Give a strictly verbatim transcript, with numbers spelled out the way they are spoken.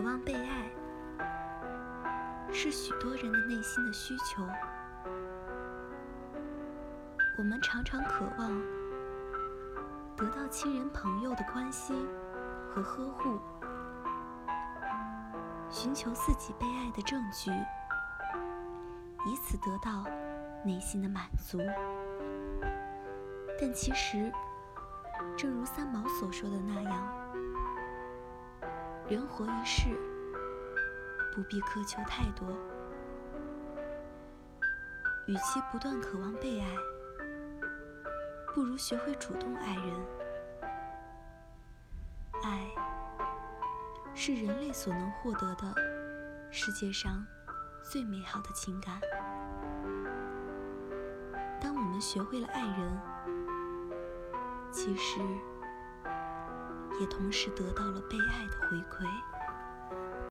望被爱，是许多人的内心的需求。我们常常渴望得到亲人朋友的关心和呵护，寻求自己被爱的证据，以此得到内心的满足。但其实，正如三毛所说的那样，人活一世，不必苛求太多。与其不断渴望被爱，不如学会主动爱人。爱是人类所能获得的世界上最美好的情感。当我们学会了爱人，其实也同时得到了被爱的回馈。